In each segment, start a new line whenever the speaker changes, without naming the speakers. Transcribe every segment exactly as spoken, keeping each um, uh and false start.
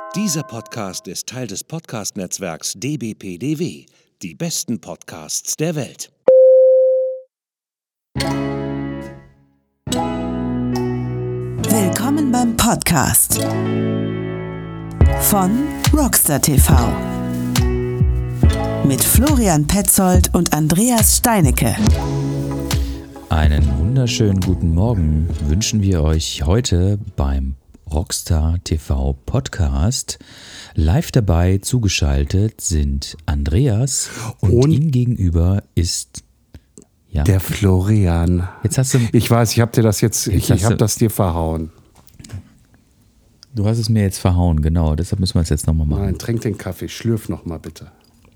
Dieser Podcast ist Teil des Podcast-Netzwerks D B P D W, die besten Podcasts der Welt.
Willkommen beim Podcast von Rockstar T V mit Florian Petzold und Andreas Steinecke.
Einen wunderschönen guten Morgen wünschen wir euch heute beim Rockstar T V Podcast. Live dabei zugeschaltet sind Andreas und, und ihm gegenüber ist ja,
der Florian.
Jetzt hast du,
ich weiß, ich habe dir das jetzt, jetzt ich, ich habe das dir verhauen.
Du hast es mir jetzt verhauen, genau. Deshalb müssen wir es jetzt nochmal machen.
Nein, trink den Kaffee, schlürf nochmal bitte.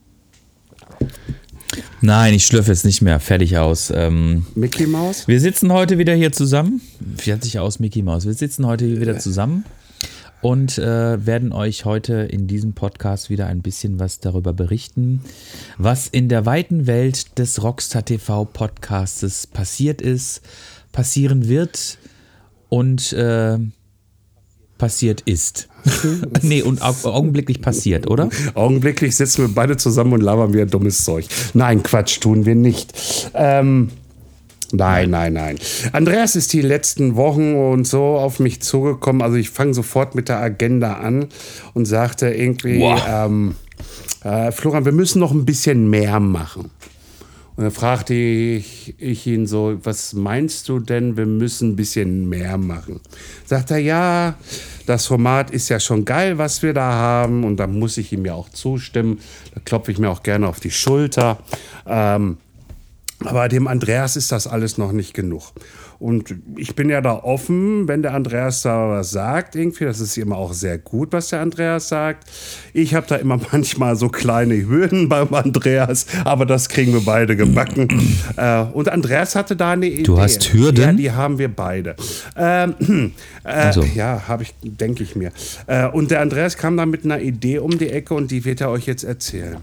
Nein, ich schlürfe jetzt nicht mehr. Fertig aus. Ähm,
Mickey Maus?
Wir sitzen heute wieder hier zusammen. Fertig aus, Mickey Maus. Wir sitzen heute wieder zusammen und äh, werden euch heute in diesem Podcast wieder ein bisschen was darüber berichten, was in der weiten Welt des Rockstar T V Podcastes passiert ist, passieren wird und äh, passiert ist. Nee, und au- augenblicklich passiert, oder?
Augenblicklich sitzen wir beide zusammen und labern wieder dummes Zeug. Nein, Quatsch, tun wir nicht. Ähm, nein, nein, nein. Andreas ist die letzten Wochen und so auf mich zugekommen. Also ich fange sofort mit der Agenda an und sagte irgendwie, wow. ähm, äh, Florian, wir müssen noch ein bisschen mehr machen. Und dann fragte ich, ich ihn so, was meinst du denn, wir müssen ein bisschen mehr machen? Sagt er, ja, das Format ist ja schon geil, was wir da haben. Und da muss ich ihm ja auch zustimmen. Da klopfe ich mir auch gerne auf die Schulter. Ähm, aber dem Andreas ist das alles noch nicht genug. Und ich bin ja da offen, wenn der Andreas da was sagt, irgendwie, das ist immer auch sehr gut, was der Andreas sagt. Ich habe da immer manchmal so kleine Hürden beim Andreas, aber das kriegen wir beide gebacken. äh, und Andreas hatte da eine Idee.
Du hast Hürden?
Ja, die haben wir beide. Ähm, äh,
also.
Ja, habe ich, denke ich mir. Äh, und der Andreas kam da mit einer Idee um die Ecke und die wird er euch jetzt erzählen.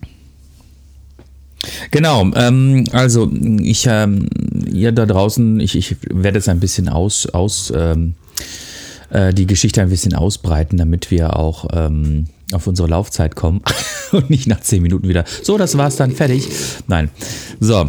Genau, ähm, also ich, ähm, ihr da draußen, ich, ich werde jetzt ein bisschen aus, aus ähm, äh, die Geschichte ein bisschen ausbreiten, damit wir auch ähm, auf unsere Laufzeit kommen und nicht nach zehn Minuten wieder. So, das war's dann, fertig. Nein, so.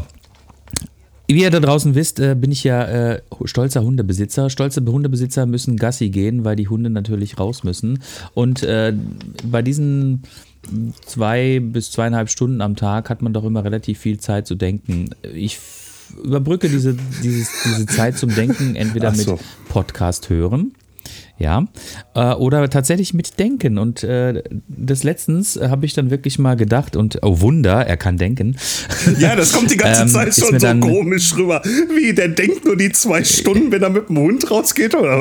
Wie ihr da draußen wisst, äh, bin ich ja äh, stolzer Hundebesitzer. Stolze Hundebesitzer müssen Gassi gehen, weil die Hunde natürlich raus müssen. Und äh, bei diesen zwei bis zweieinhalb Stunden am Tag hat man doch immer relativ viel Zeit zu denken. Ich f- überbrücke diese, dieses, diese Zeit zum Denken entweder
so.
mit Podcast hören. Ja, äh, oder tatsächlich mit Denken. Und äh, des Letztens habe ich dann wirklich mal gedacht und, oh Wunder, er kann denken.
Ja, das kommt die ganze
ähm,
Zeit schon so komisch rüber. Wie, der denkt nur die zwei Stunden, wenn er mit dem Hund rausgeht, oder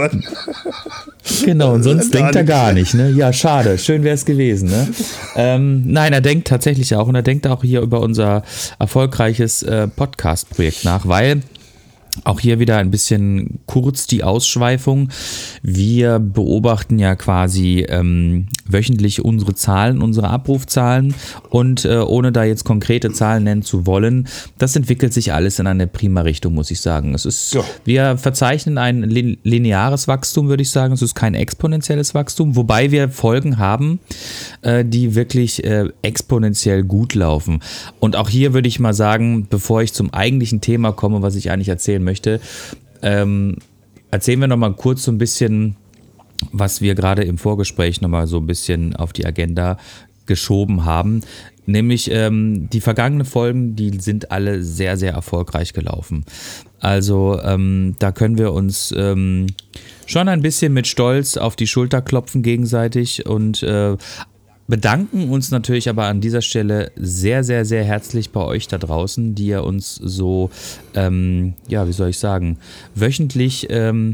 was?
Genau, und sonst denkt er gar nicht, ne? Ja, schade, schön wäre es gewesen, ne? ähm, nein, er denkt tatsächlich auch und er denkt auch hier über unser erfolgreiches äh, Podcast-Projekt nach, weil auch hier wieder ein bisschen kurz die Ausschweifung. Wir beobachten ja quasi ähm, wöchentlich unsere Zahlen, unsere Abrufzahlen und äh, ohne da jetzt konkrete Zahlen nennen zu wollen, das entwickelt sich alles in eine prima Richtung, muss ich sagen. Es ist, ja. Wir verzeichnen ein lin- lineares Wachstum, würde ich sagen. Es ist kein exponentielles Wachstum, wobei wir Folgen haben, äh, die wirklich äh, exponentiell gut laufen. Und auch hier würde ich mal sagen, bevor ich zum eigentlichen Thema komme, was ich eigentlich erzählen möchte, ähm, erzählen wir noch mal kurz so ein bisschen, was wir gerade im Vorgespräch noch mal so ein bisschen auf die Agenda geschoben haben. Nämlich ähm, die vergangenen Folgen, die sind alle sehr, sehr erfolgreich gelaufen. Also ähm, da können wir uns ähm, schon ein bisschen mit Stolz auf die Schulter klopfen gegenseitig und äh, bedanken uns natürlich aber an dieser Stelle sehr, sehr, sehr herzlich bei euch da draußen, die ihr uns so, ähm, ja, wie soll ich sagen, wöchentlich ähm,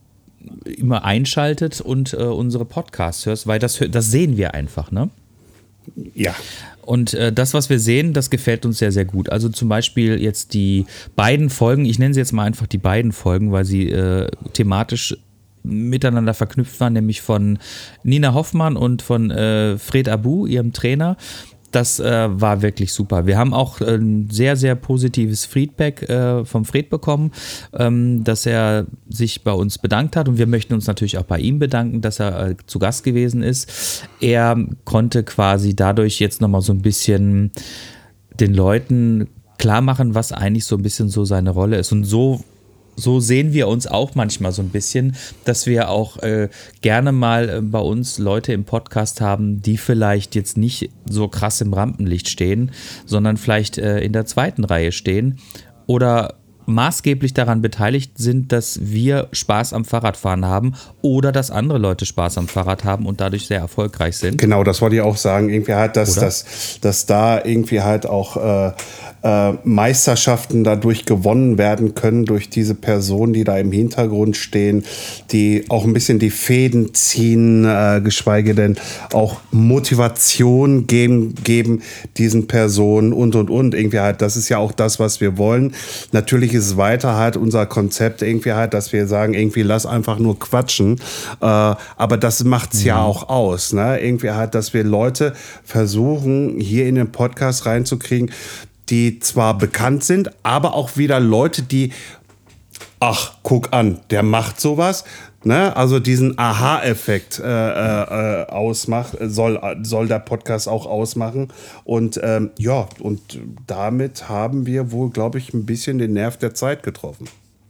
immer einschaltet und äh, unsere Podcasts hörst, weil das, das sehen wir einfach, ne?
Ja.
Und äh, das, was wir sehen, das gefällt uns sehr, sehr gut. Also zum Beispiel jetzt die beiden Folgen, ich nenne sie jetzt mal einfach die beiden Folgen, weil sie äh, thematisch miteinander verknüpft waren, nämlich von Nina Hoffmann und von äh, Fred Abu, ihrem Trainer. Das äh, war wirklich super. Wir haben auch äh, ein sehr, sehr positives Feedback äh, vom Fred bekommen, ähm, dass er sich bei uns bedankt hat und wir möchten uns natürlich auch bei ihm bedanken, dass er äh, zu Gast gewesen ist. Er konnte quasi dadurch jetzt nochmal so ein bisschen den Leuten klar machen, was eigentlich so ein bisschen so seine Rolle ist. Und so So sehen wir uns auch manchmal so ein bisschen, dass wir auch äh, gerne mal äh, bei uns Leute im Podcast haben, die vielleicht jetzt nicht so krass im Rampenlicht stehen, sondern vielleicht äh, in der zweiten Reihe stehen oder maßgeblich daran beteiligt sind, dass wir Spaß am Fahrradfahren haben oder dass andere Leute Spaß am Fahrrad haben und dadurch sehr erfolgreich sind.
Genau, das wollte ich auch sagen. Irgendwie halt, dass, dass, dass da irgendwie halt auch äh, äh, Meisterschaften dadurch gewonnen werden können durch diese Personen, die da im Hintergrund stehen, die auch ein bisschen die Fäden ziehen, äh, geschweige denn auch Motivation geben, geben diesen Personen und, und, und. Irgendwie halt, das ist ja auch das, was wir wollen. Natürlich ist es weiter halt unser Konzept irgendwie halt, dass wir sagen, irgendwie lass einfach nur quatschen. Äh, aber das macht's mhm. ja auch aus, ne? Irgendwie halt, dass wir Leute versuchen, hier in den Podcast reinzukriegen, die zwar bekannt sind, aber auch wieder Leute, die, ach, guck an, der macht sowas, ne? Also diesen Aha-Effekt äh, äh, ausmacht, soll, soll der Podcast auch ausmachen. Und ähm, ja, und damit haben wir wohl, glaube ich, ein bisschen den Nerv der Zeit getroffen.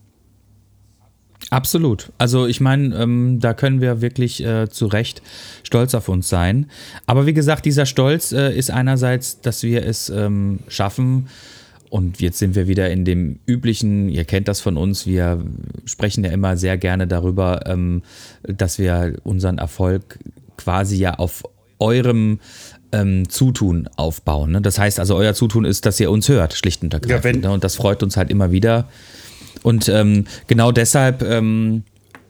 Absolut. Also ich meine, ähm, da können wir wirklich äh, zu Recht stolz auf uns sein. Aber wie gesagt, dieser Stolz äh, ist einerseits, dass wir es ähm, schaffen, und jetzt sind wir wieder in dem üblichen, ihr kennt das von uns, wir sprechen ja immer sehr gerne darüber, ähm, dass wir unseren Erfolg quasi ja auf eurem ähm, Zutun aufbauen. Ne? Das heißt also, euer Zutun ist, dass ihr uns hört, schlicht und ergreifend. Ja, wenn- ne? Und das freut uns halt immer wieder. Und ähm, genau deshalb ähm,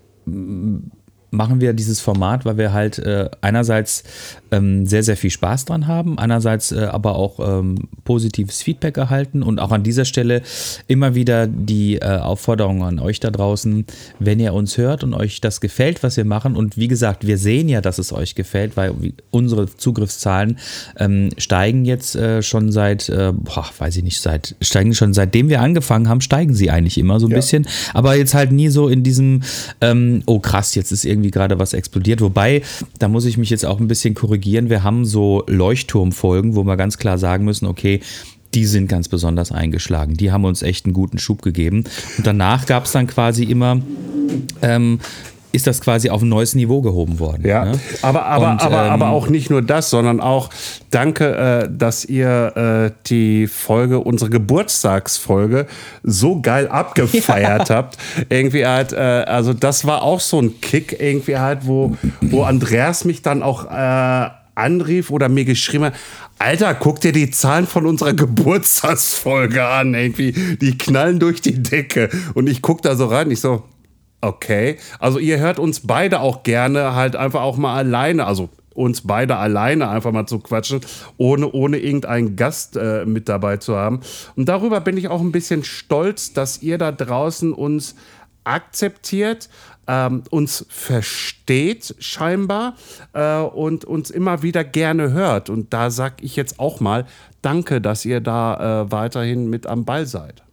machen wir dieses Format, weil wir halt äh, einerseits ähm, sehr, sehr viel Spaß dran haben, andererseits äh, aber auch ähm, positives Feedback erhalten und auch an dieser Stelle immer wieder die äh, Aufforderung an euch da draußen, wenn ihr uns hört und euch das gefällt, was wir machen, und wie gesagt, wir sehen ja, dass es euch gefällt, weil unsere Zugriffszahlen ähm, steigen jetzt äh, schon seit, äh, boah, weiß ich nicht, seit steigen schon seitdem wir angefangen haben, steigen sie eigentlich immer so ein ja. bisschen, aber jetzt halt nie so in diesem, ähm, oh krass, jetzt ist irgendwie gerade was explodiert, wobei, da muss ich mich jetzt auch ein bisschen korrigieren, wir haben so Leuchtturmfolgen, wo wir ganz klar sagen müssen, okay, die sind ganz besonders eingeschlagen, die haben uns echt einen guten Schub gegeben und danach gab es dann quasi immer ähm, ist das quasi auf ein neues Niveau gehoben worden.
Ja,
ne?
aber, aber,
und,
aber,
ähm,
aber auch nicht nur das, sondern auch danke, äh, dass ihr äh, die Folge, unsere Geburtstagsfolge, so geil abgefeiert ja. habt. Irgendwie halt, äh, also das war auch so ein Kick, irgendwie halt, wo, wo Andreas mich dann auch äh, anrief oder mir geschrieben hat, Alter, guck dir die Zahlen von unserer Geburtstagsfolge an, irgendwie, die knallen durch die Decke. Und ich guck da so rein, ich so, okay, also ihr hört uns beide auch gerne halt einfach auch mal alleine, also uns beide alleine einfach mal zu quatschen, ohne, ohne irgendeinen Gast äh, mit dabei zu haben. Und darüber bin ich auch ein bisschen stolz, dass ihr da draußen uns akzeptiert, ähm, uns versteht scheinbar äh, und uns immer wieder gerne hört. Und da sag ich jetzt auch mal, danke, dass ihr da äh, weiterhin mit am Ball seid.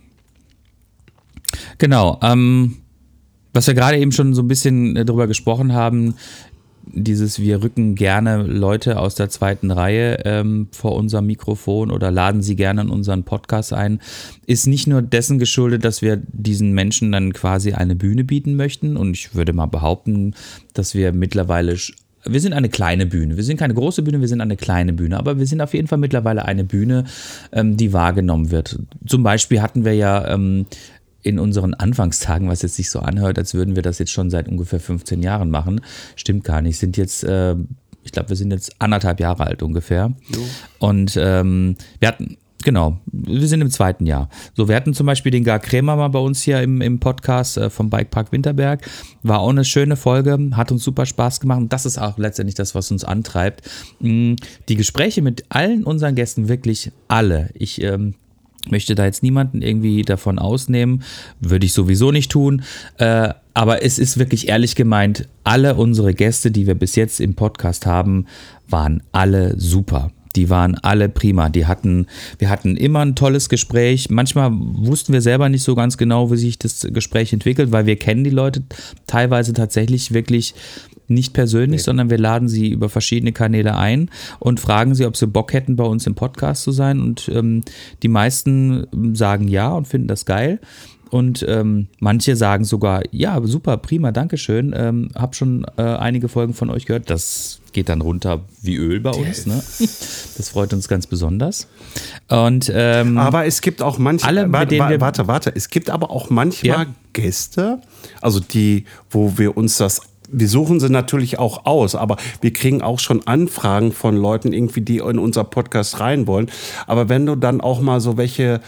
Genau, ähm was wir gerade eben schon so ein bisschen drüber gesprochen haben, dieses wir rücken gerne Leute aus der zweiten Reihe ähm, vor unserem Mikrofon oder laden sie gerne in unseren Podcast ein, ist nicht nur dessen geschuldet, dass wir diesen Menschen dann quasi eine Bühne bieten möchten, und ich würde mal behaupten, dass wir mittlerweile, wir sind eine kleine Bühne, wir sind keine große Bühne, wir sind eine kleine Bühne, aber wir sind auf jeden Fall mittlerweile eine Bühne, ähm, die wahrgenommen wird. Zum Beispiel hatten wir ja ähm, in unseren Anfangstagen, was jetzt sich so anhört, als würden wir das jetzt schon seit ungefähr fünfzehn Jahren machen. Stimmt gar nicht. Sind jetzt, äh, ich glaube, wir sind jetzt anderthalb Jahre alt ungefähr. Jo. Und ähm, wir hatten, genau, wir sind im zweiten Jahr. So, wir hatten zum Beispiel den Gar Krämer mal bei uns hier im, im Podcast äh, vom Bikepark Winterberg. War auch eine schöne Folge, hat uns super Spaß gemacht. Und das ist auch letztendlich das, was uns antreibt. Die Gespräche mit allen unseren Gästen, wirklich alle. Ich ähm, möchte da jetzt niemanden irgendwie davon ausnehmen, würde ich sowieso nicht tun, äh, aber es ist wirklich ehrlich gemeint, alle unsere Gäste, die wir bis jetzt im Podcast haben, waren alle super. die waren alle prima. Die hatten, wir hatten immer ein tolles Gespräch. Manchmal wussten wir selber nicht so ganz genau, wie sich das Gespräch entwickelt, weil wir kennen die Leute teilweise tatsächlich wirklich nicht persönlich, nee. sondern wir laden sie über verschiedene Kanäle ein und fragen sie, ob sie Bock hätten, bei uns im Podcast zu sein. Und ähm, die meisten sagen ja und finden das geil. Und ähm, manche sagen sogar, ja, super, prima, dankeschön. Ähm, hab schon äh, einige Folgen von euch gehört. Das geht dann runter wie Öl bei uns. Ne? Das freut uns ganz besonders. Und, ähm,
aber es gibt auch manche,
alle,
warte,
mit wir,
warte, warte, es gibt aber auch manchmal ja. Gäste, also die, wo wir uns das wir suchen sie natürlich auch aus, aber wir kriegen auch schon Anfragen von Leuten irgendwie, die in unser Podcast rein wollen. Aber wenn du dann auch mal so welche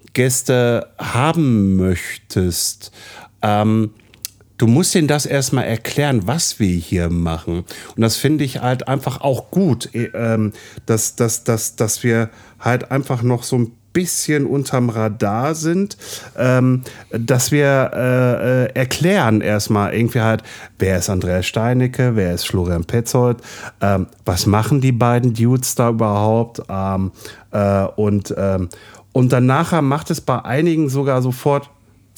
Gäste haben möchtest, ähm, du musst denen das erstmal erklären, was wir hier machen. Und das finde ich halt einfach auch gut, ähm, dass, dass, dass, dass wir halt einfach noch so ein bisschen unterm Radar sind, ähm, dass wir äh, äh, erklären erstmal irgendwie halt, wer ist Andreas Steinecke, wer ist Florian Petzold, ähm, was machen die beiden Dudes da überhaupt, ähm, äh, und, ähm, und dann nachher macht es bei einigen sogar sofort,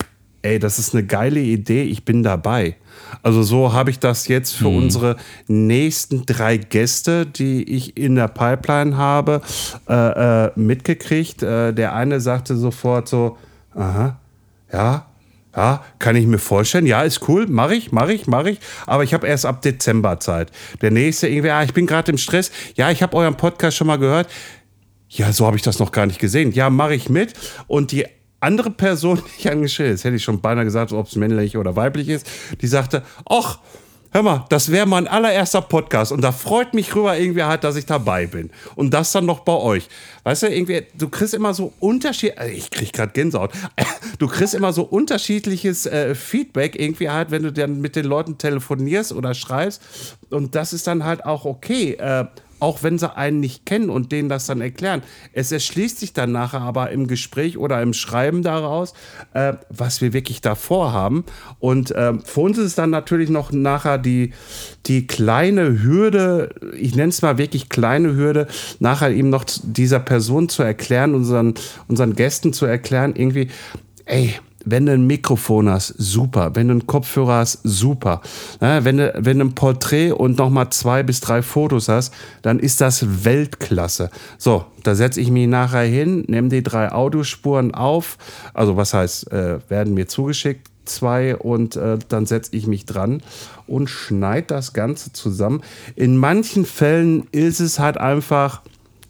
ey, das ist eine geile Idee, ich bin dabei. Also so habe ich das jetzt für hm. unsere nächsten drei Gäste, die ich in der Pipeline habe, äh, äh, mitgekriegt. Äh, der eine sagte sofort so, aha, ja, ja, kann ich mir vorstellen. Ja, ist cool, mache ich, mache ich, mache ich. Aber ich habe erst ab Dezember Zeit. Der nächste irgendwie, ah, ich bin gerade im Stress. Ja, ich habe euren Podcast schon mal gehört. Ja, so habe ich das noch gar nicht gesehen. Ja, mache ich mit. Und die andere Person, die ich angeschrieben habe, das hätte ich schon beinahe gesagt, ob es männlich oder weiblich ist, die sagte, ach, hör mal, das wäre mein allererster Podcast und da freut mich rüber irgendwie halt, dass ich dabei bin. Und das dann noch bei euch. Weißt du, irgendwie, du kriegst immer so unterschiedlich, ich krieg gerade Gänsehaut, du kriegst immer so unterschiedliches äh, Feedback irgendwie halt, wenn du dann mit den Leuten telefonierst oder schreibst und das ist dann halt auch okay, äh, auch wenn sie einen nicht kennen und denen das dann erklären. Es erschließt sich dann nachher aber im Gespräch oder im Schreiben daraus, äh, was wir wirklich davor haben. Und äh, für uns ist es dann natürlich noch nachher die, die kleine Hürde, ich nenne es mal wirklich kleine Hürde, nachher eben noch dieser Person zu erklären, unseren, unseren Gästen zu erklären, irgendwie, ey, wenn du ein Mikrofon hast, super. Wenn du einen Kopfhörer hast, super. Ja, wenn, du, wenn du ein Porträt und nochmal zwei bis drei Fotos hast, dann ist das Weltklasse. So, da setze ich mich nachher hin, nehme die drei Audiospuren auf. Also was heißt, äh, werden mir zugeschickt, zwei, und äh, dann setze ich mich dran und schneide das Ganze zusammen. In manchen Fällen ist es halt einfach,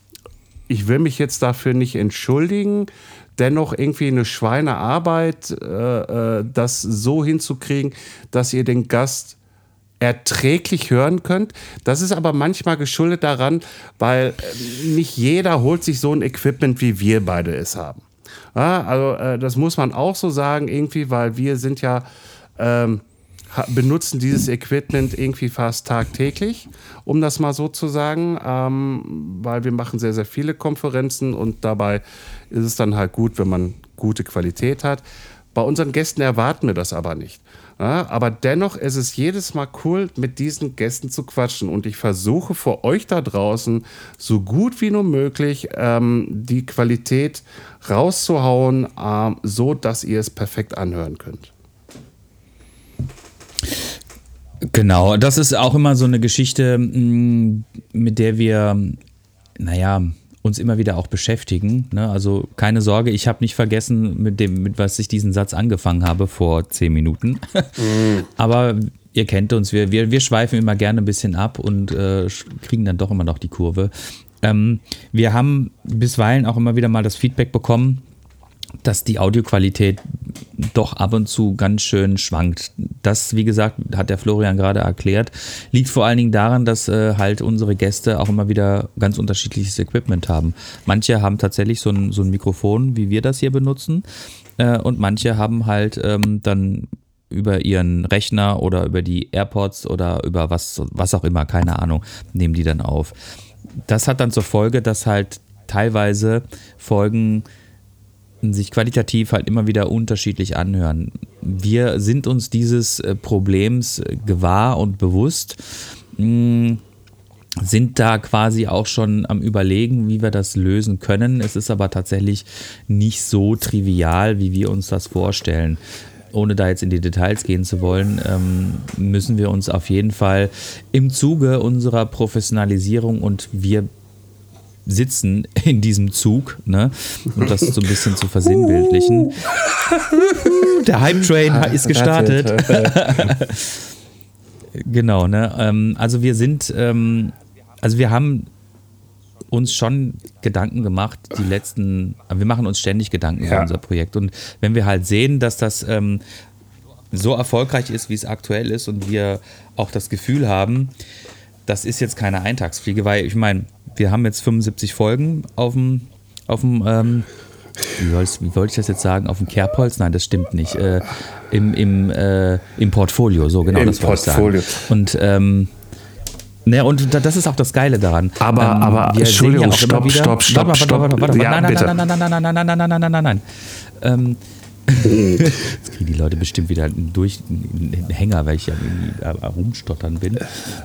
ich will mich jetzt dafür nicht entschuldigen, dennoch irgendwie eine Schweinearbeit, äh, das so hinzukriegen, dass ihr den Gast erträglich hören könnt. Das ist aber manchmal geschuldet daran, weil nicht jeder holt sich so ein Equipment, wie wir beide es haben. Ja, also äh, das muss man auch so sagen irgendwie, weil wir sind ja ähm, benutzen dieses Equipment irgendwie fast tagtäglich, um das mal so zu sagen, ähm, weil wir machen sehr, sehr viele Konferenzen und dabei ist es dann halt gut, wenn man gute Qualität hat. Bei unseren Gästen erwarten wir das aber nicht. Ja, aber dennoch ist es jedes Mal cool, mit diesen Gästen zu quatschen und ich versuche für euch da draußen so gut wie nur möglich ähm, die Qualität rauszuhauen, ähm, so dass ihr es perfekt anhören könnt.
Genau, das ist auch immer so eine Geschichte, mit der wir, naja, uns immer wieder auch beschäftigen. Ne? Also keine Sorge, ich habe nicht vergessen, mit dem, mit was ich diesen Satz angefangen habe vor zehn Minuten. Mhm. Aber ihr kennt uns, wir, wir, wir schweifen immer gerne ein bisschen ab und äh, kriegen dann doch immer noch die Kurve. Ähm, wir haben bisweilen auch immer wieder mal das Feedback bekommen, dass die Audioqualität doch ab und zu ganz schön schwankt. Das, wie gesagt, hat der Florian gerade erklärt, liegt vor allen Dingen daran, dass äh, halt unsere Gäste auch immer wieder ganz unterschiedliches Equipment haben. Manche haben tatsächlich so ein, so ein Mikrofon, wie wir das hier benutzen, äh, und manche haben halt ähm, dann über ihren Rechner oder über die AirPods oder über was, was auch immer, keine Ahnung, nehmen die dann auf. Das hat dann zur Folge, dass halt teilweise Folgen sich qualitativ halt immer wieder unterschiedlich anhören. Wir sind uns dieses Problems gewahr und bewusst. sind da quasi auch schon am Überlegen, wie wir das lösen können. Es ist aber tatsächlich nicht so trivial, wie wir uns das vorstellen. Ohne da jetzt in die Details gehen zu wollen, ähm, müssen wir uns auf jeden Fall im Zuge unserer Professionalisierung, und wir sitzen in diesem Zug, ne, um das so ein bisschen zu versinnbildlichen. Der Hype-Train ist gestartet. Genau, ne? Ähm, also wir sind, ähm, also wir haben uns schon Gedanken gemacht, die letzten, wir machen uns ständig Gedanken
Ja.
über unser Projekt. Und wenn wir halt sehen, dass das ähm, so erfolgreich ist, wie es aktuell ist, und wir auch das Gefühl haben, das ist jetzt keine Eintagsfliege, weil ich meine, wir haben jetzt fünfundsiebzig Folgen auf dem, auf dem ähm, wie, wie wollte ich das jetzt sagen, auf dem Kerbholz? Nein, das stimmt nicht. Äh, im, im, äh, Im Portfolio, so genau,
Im
das wollte ich sagen.
Portfolio.
Und ähm, Ne, und das ist auch das Geile daran.
Aber,
ähm,
aber,
wir
Entschuldigung,
sehen ja auch immer
stopp,
wieder,
stopp, stopp,
warte,
stopp.
Warte, warte, warte,
Ja,
nein,
bitte.
nein, nein, nein, nein, nein, nein, nein, nein, nein, nein, nein, nein. Ähm, jetzt kriegen die Leute bestimmt wieder durch einen Hänger, weil ich ja irgendwie rumstottern bin.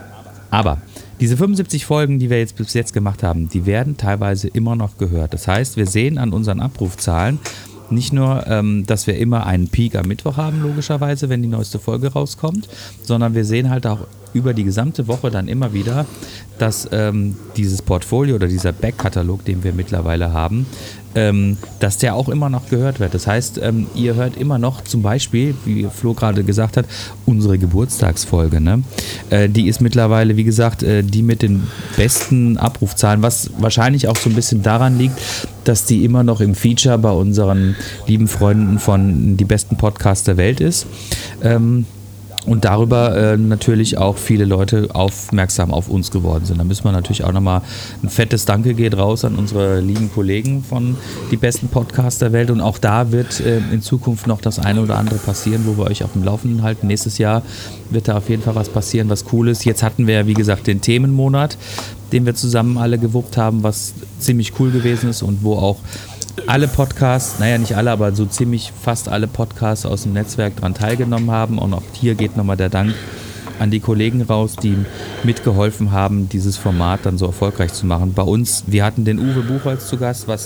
Aber diese fünfundsiebzig Folgen, die wir jetzt bis jetzt gemacht haben, die werden teilweise immer noch gehört. Das heißt, wir sehen an unseren Abrufzahlen nicht nur, ähm, dass wir immer einen Peak am Mittwoch haben, logischerweise, wenn die neueste Folge rauskommt, sondern wir sehen halt auch über die gesamte Woche dann immer wieder, dass ähm, dieses Portfolio oder dieser Backkatalog, den wir mittlerweile haben, ähm, dass der auch immer noch gehört wird. Das heißt, ähm, ihr hört immer noch zum Beispiel, wie Flo gerade gesagt hat, unsere Geburtstagsfolge. Ne? Äh, die ist mittlerweile, wie gesagt, äh, die mit den besten Abrufzahlen, was wahrscheinlich auch so ein bisschen daran liegt, dass die immer noch im Feature bei unseren lieben Freunden von Die besten Podcasts der Welt ist. Ähm, Und darüber äh, natürlich auch viele Leute aufmerksam auf uns geworden sind. Da müssen wir natürlich auch nochmal ein fettes Danke geht raus an unsere lieben Kollegen von Die besten Podcasts der Welt. Und auch da wird äh, in Zukunft noch das eine oder andere passieren, wo wir euch auf dem Laufenden halten. Nächstes Jahr wird da auf jeden Fall was passieren, was cool ist. Jetzt hatten wir ja, wie gesagt, den Themenmonat, den wir zusammen alle gewuppt haben, was ziemlich cool gewesen ist und wo auch alle Podcasts, naja nicht alle, aber so ziemlich fast alle Podcasts aus dem Netzwerk daran teilgenommen haben. Und auch hier geht nochmal der Dank an die Kollegen raus, die mitgeholfen haben, dieses Format dann so erfolgreich zu machen. Bei uns, wir hatten den Uwe Buchholz zu Gast, was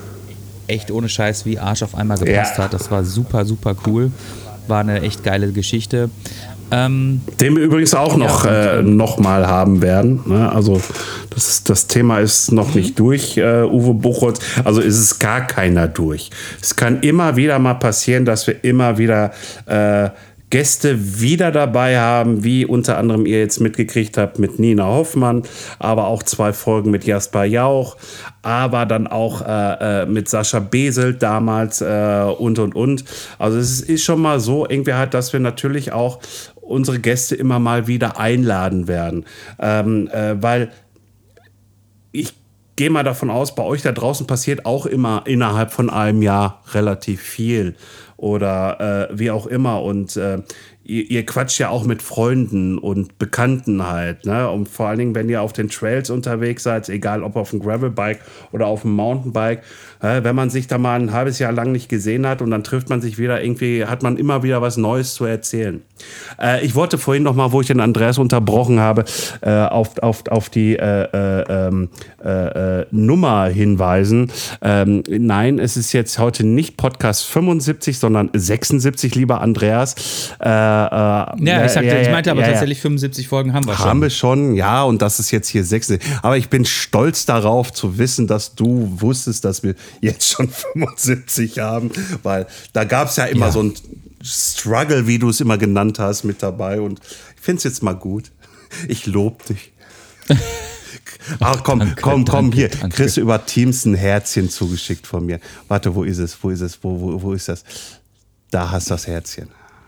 echt ohne Scheiß wie Arsch auf einmal gepasst
Ja.
hat. Das war super, super cool. War eine echt geile Geschichte. Ähm,
Den wir übrigens auch noch,
Ja,
äh, noch mal haben werden. Ne? Also das, das Thema ist noch nicht durch, äh, Uwe Buchholz. Also ist es gar keiner durch. Es kann immer wieder mal passieren, dass wir immer wieder äh, Gäste wieder dabei haben, wie unter anderem ihr jetzt mitgekriegt habt mit Nina Hoffmann, aber auch zwei Folgen mit Jasper Jauch, aber dann auch äh, äh, mit Sascha Beselt damals äh, und, und, und. Also es ist schon mal so, irgendwie halt, dass wir natürlich auch unsere Gäste immer mal wieder einladen werden, ähm, äh, weil ich gehe mal davon aus, bei euch da draußen passiert auch immer innerhalb von einem Jahr relativ viel oder äh, wie auch immer und äh, ihr, ihr quatscht ja auch mit Freunden und Bekannten halt, ne? Und vor allen Dingen, wenn ihr auf den Trails unterwegs seid, egal ob auf dem Gravelbike oder auf dem Mountainbike, äh, wenn man sich da mal ein halbes Jahr lang nicht gesehen hat und dann trifft man sich wieder, irgendwie hat man immer wieder was Neues zu erzählen. Äh, ich wollte vorhin noch mal, wo ich den Andreas unterbrochen habe, äh, auf, auf, auf die äh, äh, äh, äh, Nummer hinweisen. Ähm, nein, es ist jetzt heute nicht Podcast fünfundsiebzig, sondern sechsundsiebzig, lieber Andreas. Äh, äh,
ja, ich, sagte,
ja,
ich meinte aber
ja, ja.
tatsächlich fünfundsiebzig Folgen haben wir schon.
Haben wir schon, ja, und das ist jetzt hier sechsundsiebzig. Aber ich bin stolz darauf zu wissen, dass du wusstest, dass wir jetzt schon fünfundsiebzig haben, weil da gab es ja immer
Ja.
so ein Struggle, wie du es immer genannt hast, mit dabei. Und ich finde es jetzt mal gut. Ich lobe dich. Ach komm,
Danke,
komm, komm,
danke,
hier.
danke.
Kriegst du über Teams ein Herzchen zugeschickt von mir. Warte, wo ist es? Wo ist es? Wo, wo, wo ist das? Da hast du das Herzchen.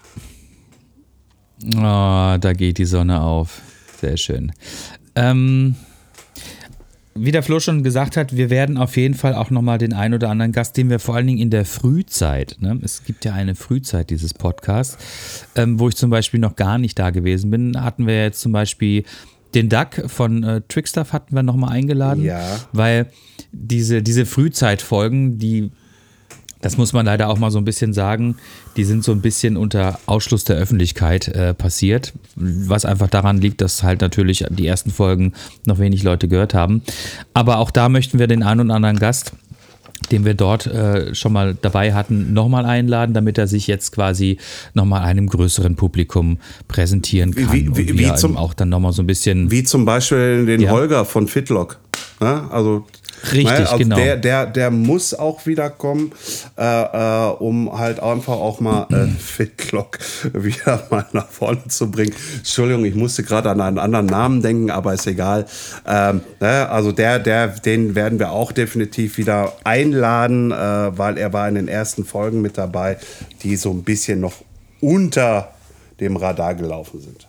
Oh, da geht die Sonne auf. Sehr schön. Ähm, wie der Flo schon gesagt hat, wir werden auf jeden Fall auch nochmal den einen oder anderen Gast, den wir vor allen Dingen in der Frühzeit, ne? Es gibt ja eine Frühzeit dieses Podcasts, ähm, wo ich zum Beispiel noch gar nicht da gewesen bin, hatten wir jetzt zum Beispiel den Doug von äh, Trickstuff hatten wir nochmal eingeladen,
Ja.
weil diese, diese Frühzeitfolgen, die Das muss man leider auch mal so ein bisschen sagen. Die sind so ein bisschen unter Ausschluss der Öffentlichkeit äh, passiert, was einfach daran liegt, dass halt natürlich die ersten Folgen noch wenig Leute gehört haben. Aber auch da möchten wir den einen oder anderen Gast, den wir dort äh, schon mal dabei hatten, nochmal einladen, damit er sich jetzt quasi nochmal einem größeren Publikum präsentieren kann.
Wie, wie,
und
wie,
wir
zum,
auch dann nochmal so ein bisschen...
Wie zum Beispiel den
ja.
Holger von Fitlock. Ja, also...
Richtig,
also
genau.
Der, der, der muss auch wieder kommen, äh, äh, um halt einfach auch mal äh, Fitlock wieder mal nach vorne zu bringen. Entschuldigung, ich musste gerade an einen anderen Namen denken, aber ist egal. Ähm, ne, also der, der, den werden wir auch definitiv wieder einladen, äh, weil er war in den ersten Folgen mit dabei, die so ein bisschen noch unter dem Radar gelaufen sind.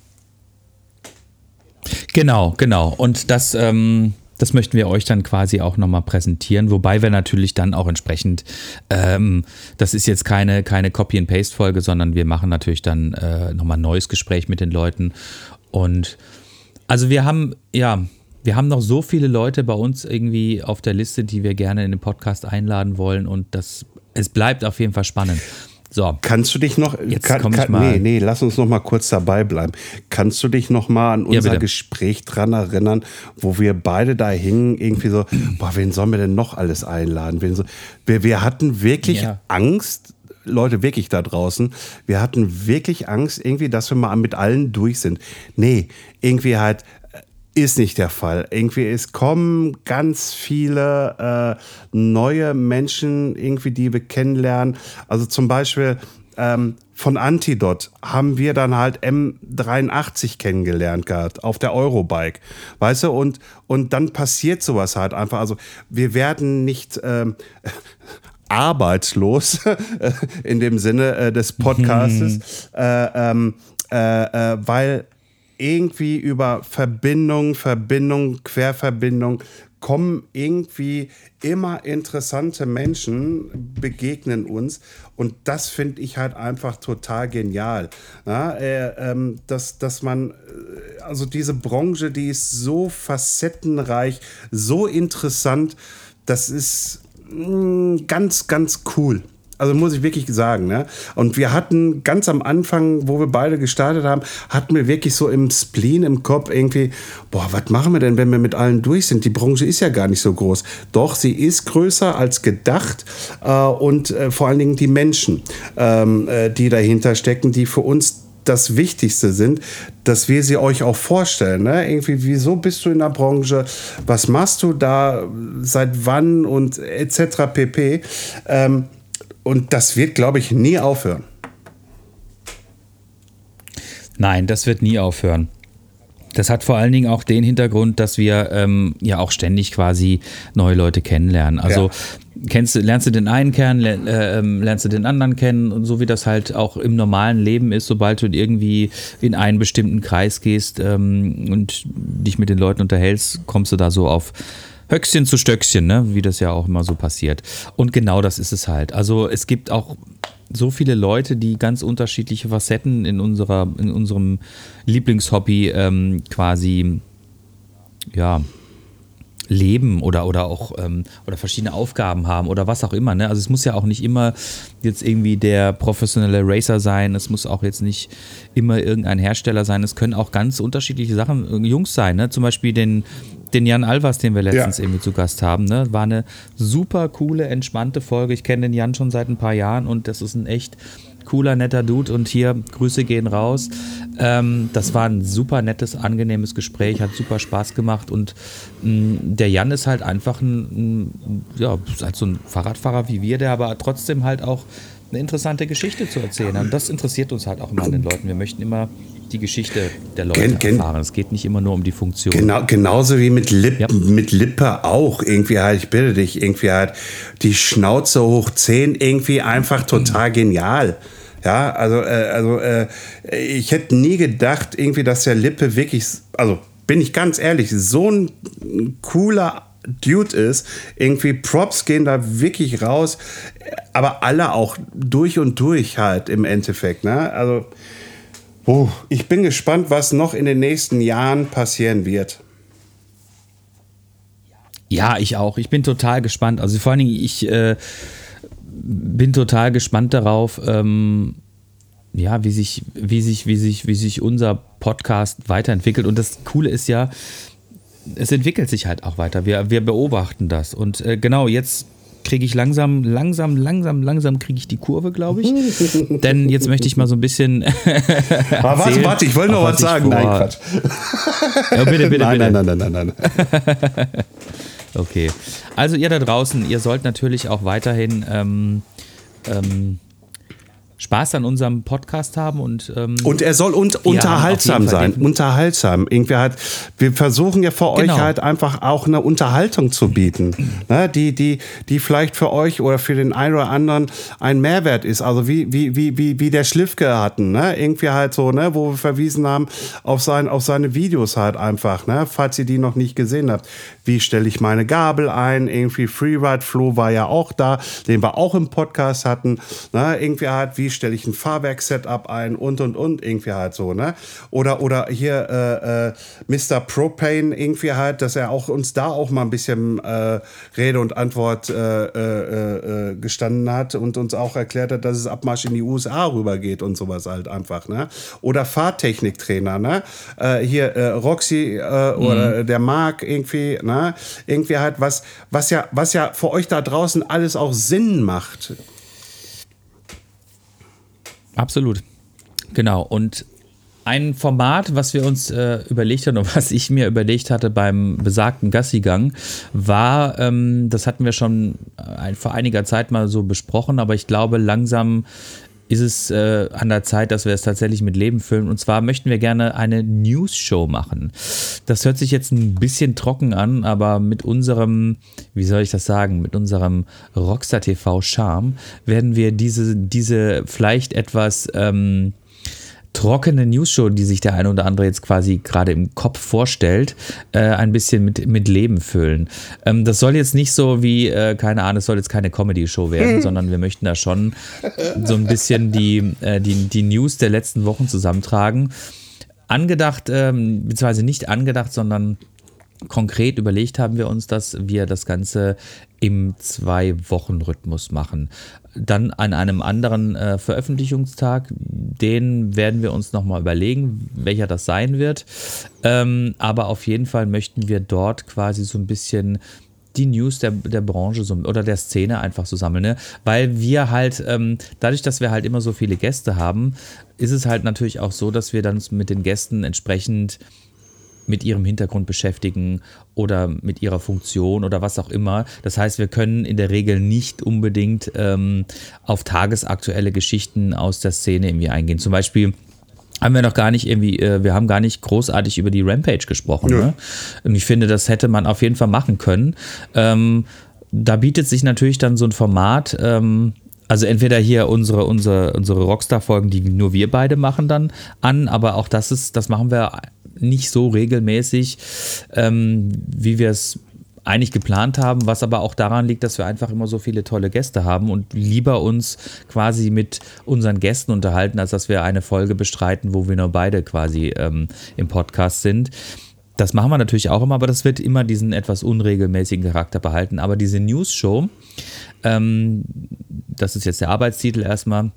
Genau, genau. Und das... Ähm Das möchten wir euch dann quasi auch nochmal präsentieren, wobei wir natürlich dann auch entsprechend, ähm, das ist jetzt keine, keine Copy-and-Paste-Folge, sondern wir machen natürlich dann äh, nochmal ein neues Gespräch mit den Leuten. Und also wir haben, ja, wir haben noch so viele Leute bei uns irgendwie auf der Liste, die wir gerne in den Podcast einladen wollen und das, es bleibt auf jeden Fall spannend. So.
Kannst du dich noch,
Jetzt
kann,
komm ich
kann,
mal.
nee, nee, lass uns noch mal kurz dabei bleiben. Kannst du dich noch mal an unser
Ja,
Gespräch dran erinnern, wo wir beide da hingen, irgendwie so, boah, wen sollen wir denn noch alles einladen? Wen so, wir, wir hatten wirklich
Ja.
Angst, Leute, wirklich da draußen, wir hatten wirklich Angst, irgendwie, dass wir mal mit allen durch sind. Nee, irgendwie halt, ist nicht der Fall. Irgendwie, es kommen ganz viele äh, neue Menschen, irgendwie, die wir kennenlernen. Also zum Beispiel ähm, von Antidot haben wir dann halt M dreiundachtzig kennengelernt gehabt auf der Eurobike. Weißt du, und, und dann passiert sowas halt einfach. Also wir werden nicht ähm, arbeitslos in dem Sinne äh, des Podcastes, äh, ähm, äh, äh, weil irgendwie über Verbindung, Verbindung, Querverbindung kommen irgendwie immer interessante Menschen, begegnen uns und das finde ich halt einfach total genial. Ja, äh, ähm, dass, dass man, also diese Branche, die ist so facettenreich, so interessant, das ist mh, ganz, ganz cool. Also muss ich wirklich sagen, ne? Und wir hatten ganz am Anfang, wo wir beide gestartet haben, hatten wir wirklich so im Spleen, im Kopf irgendwie, boah, was machen wir denn, wenn wir mit allen durch sind? Die Branche ist ja gar nicht so groß. Doch, sie ist größer als gedacht äh, und äh, vor allen Dingen die Menschen, ähm, äh, die dahinter stecken, die für uns das Wichtigste sind, dass wir sie euch auch vorstellen. Ne? Irgendwie, wieso bist du in der Branche? Was machst du da? Seit wann? Und et cetera pp. Ähm, Und das wird, glaube ich, nie aufhören.
Nein, das wird nie aufhören. Das hat vor allen Dingen auch den Hintergrund, dass wir ähm, ja auch ständig quasi neue Leute kennenlernen. Also
Ja.
kennst du, lernst du den einen kennen, lern, äh, lernst du den anderen kennen und so wie das halt auch im normalen Leben ist, sobald du irgendwie in einen bestimmten Kreis gehst ähm, und dich mit den Leuten unterhältst, kommst du da so auf Höchstchen zu Stöckchen, ne? Wie das ja auch immer so passiert. Und genau das ist es halt. Also es gibt auch so viele Leute, die ganz unterschiedliche Facetten in unserer, in unserem Lieblingshobby ähm, quasi ja, leben oder, oder auch ähm, oder verschiedene Aufgaben haben oder was auch immer. Ne? Also es muss ja auch nicht immer jetzt irgendwie der professionelle Racer sein, es muss auch jetzt nicht immer irgendein Hersteller sein, es können auch ganz unterschiedliche Sachen, Jungs sein, ne? Zum Beispiel den Den Jan Alvas, den wir letztens ja. irgendwie zu Gast haben, ne? War eine super coole, entspannte Folge. Ich kenne den Jan schon seit ein paar Jahren und das ist ein echt cooler, netter Dude und hier, Grüße gehen raus. Ähm, das war ein super nettes, angenehmes Gespräch, hat super Spaß gemacht und mh, der Jan ist halt einfach ein, ein, ja, halt so ein Fahrradfahrer wie wir, der aber trotzdem halt auch eine interessante Geschichte zu erzählen hat. Und das interessiert uns halt auch immer an den Leuten. Wir möchten immer die Geschichte der Leute gen, gen, erfahren. Es geht nicht immer nur um die Funktion.
Genau, genauso wie mit, Lip,
ja.
mit Lippe auch. Irgendwie halt, ich bitte dich, irgendwie halt die Schnauze hoch zehn, irgendwie einfach total genial. Ja, also, äh, also äh, ich hätte nie gedacht, irgendwie, dass der Lippe wirklich, also bin ich ganz ehrlich, so ein cooler Dude ist. Irgendwie Props gehen da wirklich raus, aber alle auch durch und durch halt im Endeffekt. Ne? Also oh, ich bin gespannt, was noch in den nächsten Jahren passieren wird.
Ja, ich auch. Ich bin total gespannt. Also vor allen Dingen, ich äh, bin total gespannt darauf, ähm, ja, wie sich, wie sich, wie sich, wie sich unser Podcast weiterentwickelt. Und das Coole ist ja, es entwickelt sich halt auch weiter. Wir, wir beobachten das. Und äh, genau, jetzt kriege ich langsam, langsam, langsam, langsam kriege ich die Kurve, glaube ich. Denn jetzt möchte ich mal so ein bisschen
Aber warte, warte, ich wollte noch was, was sagen. Nein, Quatsch.
Ja, bitte, bitte,
nein,
bitte.
Nein, nein, nein, nein, nein.
Okay. Also ihr da draußen, ihr sollt natürlich auch weiterhin ähm, ähm, Spaß an unserem Podcast haben und ähm,
und er soll un- unterhaltsam
ja,
sein, unterhaltsam. Irgendwie halt, wir versuchen ja für
genau.
euch halt einfach auch eine Unterhaltung zu bieten, ne? die, die, die vielleicht für euch oder für den einen oder anderen ein Mehrwert ist. Also wie, wie, wie, wie, wie der Schliffke hatten, ne? Irgendwie halt so, ne? Wo wir verwiesen haben auf, sein, auf seine Videos halt einfach, ne? Falls ihr die noch nicht gesehen habt. Wie stelle ich meine Gabel ein? Irgendwie Freeride Flo war ja auch da, den wir auch im Podcast hatten, ne? Irgendwie halt, wie stelle ich ein Fahrwerk-Setup ein und und und irgendwie halt so, ne? Oder, oder hier äh, äh, Mister Propane irgendwie halt, dass er auch uns da auch mal ein bisschen äh, Rede und Antwort äh, äh, äh, gestanden hat und uns auch erklärt hat, dass es Abmarsch in die U S A rübergeht und sowas halt einfach, ne? Oder Fahrtechniktrainer, ne? Äh, hier äh, Roxy äh, mhm. oder der Marc irgendwie, ne? Irgendwie halt was, was ja, was ja für euch da draußen alles auch Sinn macht.
Absolut. Genau. Und ein Format, was wir uns äh, überlegt haben und was ich mir überlegt hatte beim besagten Gassigang, war, ähm, das hatten wir schon ein, vor einiger Zeit mal so besprochen, aber ich glaube, langsam ist es äh, an der Zeit, dass wir es tatsächlich mit Leben füllen. Und zwar möchten wir gerne eine News-Show machen. Das hört sich jetzt ein bisschen trocken an, aber mit unserem, wie soll ich das sagen, mit unserem Rockstar-T V-Charme werden wir diese, diese vielleicht etwas ähm, trockene News-Show, die sich der eine oder andere jetzt quasi gerade im Kopf vorstellt, äh, ein bisschen mit, mit Leben füllen. Ähm, das soll jetzt nicht so wie, äh, keine Ahnung, es soll jetzt keine Comedy-Show werden, sondern wir möchten da schon so ein bisschen die, äh, die, die News der letzten Wochen zusammentragen. Angedacht, ähm, beziehungsweise nicht angedacht, sondern konkret überlegt haben wir uns, dass wir das Ganze im Zwei-Wochen-Rhythmus machen. Dann an einem anderen äh, Veröffentlichungstag, den werden wir uns nochmal überlegen, welcher das sein wird. Ähm, aber auf jeden Fall möchten wir dort quasi so ein bisschen die News der, der Branche so, oder der Szene einfach so sammeln. Ne? Weil wir halt, ähm, dadurch, dass wir halt immer so viele Gäste haben, ist es halt natürlich auch so, dass wir dann mit den Gästen entsprechend mit ihrem Hintergrund beschäftigen oder mit ihrer Funktion oder was auch immer. Das heißt, wir können in der Regel nicht unbedingt ähm, auf tagesaktuelle Geschichten aus der Szene irgendwie eingehen. Zum Beispiel haben wir noch gar nicht irgendwie, äh, wir haben gar nicht großartig über die Rampage gesprochen. Ja. Ne? Und ich finde, das hätte man auf jeden Fall machen können. Ähm, da bietet sich natürlich dann so ein Format, ähm, also entweder hier unsere, unsere, unsere Rockstar-Folgen, die nur wir beide machen dann an, aber auch das ist, das machen wir nicht so regelmäßig, ähm, wie wir es eigentlich geplant haben, was aber auch daran liegt, dass wir einfach immer so viele tolle Gäste haben und lieber uns quasi mit unseren Gästen unterhalten, als dass wir eine Folge bestreiten, wo wir nur beide quasi ähm, im Podcast sind. Das machen wir natürlich auch immer, aber das wird immer diesen etwas unregelmäßigen Charakter behalten. Aber diese News-Show, ähm, das ist jetzt der Arbeitstitel erstmal,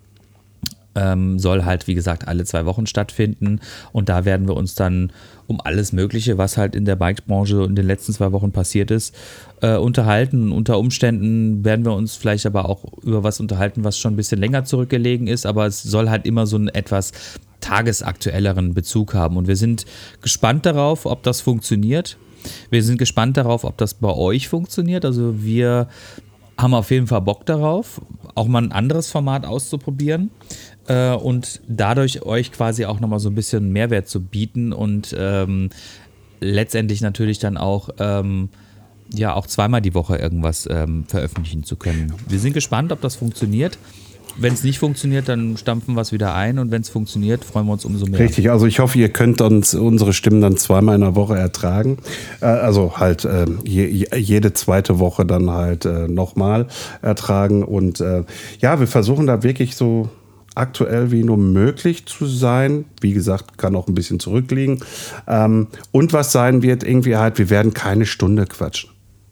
Ähm, soll halt, wie gesagt, alle zwei Wochen stattfinden und da werden wir uns dann um alles Mögliche, was halt in der Bike-Branche in den letzten zwei Wochen passiert ist, äh, unterhalten. Unter Umständen werden wir uns vielleicht aber auch über was unterhalten, was schon ein bisschen länger zurückgelegen ist, aber es soll halt immer so einen etwas tagesaktuelleren Bezug haben und wir sind gespannt darauf, ob das funktioniert. Wir sind gespannt darauf, ob das bei euch funktioniert, also wir haben auf jeden Fall Bock darauf, auch mal ein anderes Format auszuprobieren äh, und dadurch euch quasi auch nochmal so ein bisschen Mehrwert zu bieten und ähm, letztendlich natürlich dann auch, ähm, ja, auch zweimal die Woche irgendwas ähm, veröffentlichen zu können. Wir sind gespannt, ob das funktioniert. Wenn es nicht funktioniert, dann stampfen wir es wieder ein und wenn es funktioniert, freuen wir uns umso mehr.
Richtig, also ich hoffe, ihr könnt uns unsere Stimmen dann zweimal in der Woche ertragen. Äh, also halt äh, je, jede zweite Woche dann halt äh, nochmal ertragen. Und äh, ja, wir versuchen da wirklich so aktuell wie nur möglich zu sein. Wie gesagt, kann auch ein bisschen zurückliegen. Ähm, und was sein wird, irgendwie halt, wir werden keine Stunde quatschen.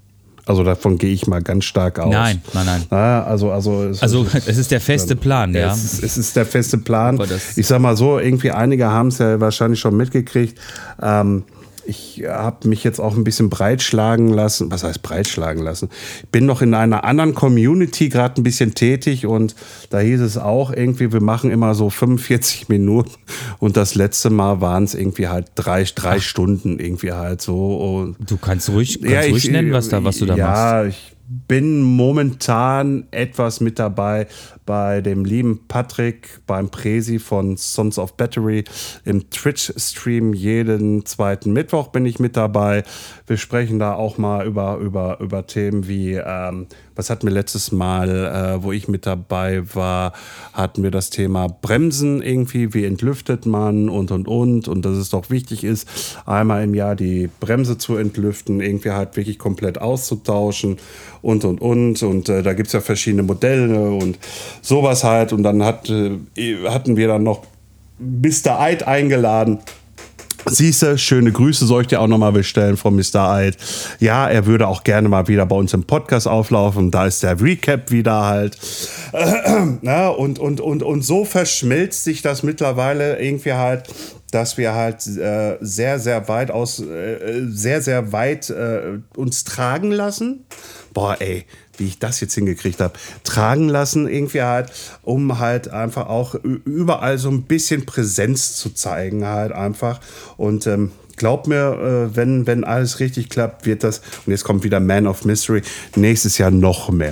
Also davon gehe ich mal ganz stark aus.
Nein, nein, nein.
Ja, also, also, es,
Also es ist der feste Plan, ja.
Es ist, es ist der feste Plan.
Aber das-
Ich sag mal so, irgendwie einige haben es ja wahrscheinlich schon mitgekriegt. Ähm, ich habe mich jetzt auch ein bisschen breitschlagen lassen. Was heißt breitschlagen lassen? Ich bin noch in einer anderen Community gerade ein bisschen tätig und da hieß es auch irgendwie, wir machen immer so fünfundvierzig Minuten und das letzte Mal waren es irgendwie halt drei, drei Stunden irgendwie halt so. Und
Du kannst ruhig, kannst
ja,
ruhig
ich,
nennen, was, da, was du da
ja,
machst.
Ja, ich bin momentan etwas mit dabei bei dem lieben Patrick, beim Presi von Sons of Battery im Twitch-Stream. Jeden zweiten Mittwoch bin ich mit dabei. Wir sprechen da auch mal über, über, über Themen wie, ähm, was hatten wir letztes Mal, äh, wo ich mit dabei war, hatten wir das Thema Bremsen irgendwie, wie entlüftet man und, und, und. Und dass es doch wichtig ist, einmal im Jahr die Bremse zu entlüften, irgendwie halt wirklich komplett auszutauschen und, und, und. Und äh, da gibt es ja verschiedene Modelle und sowas halt. Und dann hat, äh, hatten wir dann noch Mister Eid eingeladen. Siehste, schöne Grüße soll ich dir auch nochmal bestellen von Mister Eid. Ja, er würde auch gerne mal wieder bei uns im Podcast auflaufen. Da ist der Recap wieder halt. Ja, und, und, und, und so verschmilzt sich das mittlerweile irgendwie halt, dass wir halt äh, sehr, sehr weit aus, äh, sehr, sehr weit äh, uns tragen lassen. Boah, ey, wie ich das jetzt hingekriegt habe, tragen lassen irgendwie halt, um halt einfach auch überall so ein bisschen Präsenz zu zeigen halt einfach. Und ähm, glaub mir, äh, wenn, wenn alles richtig klappt, wird das, und jetzt kommt wieder Man of Mystery, nächstes Jahr noch mehr.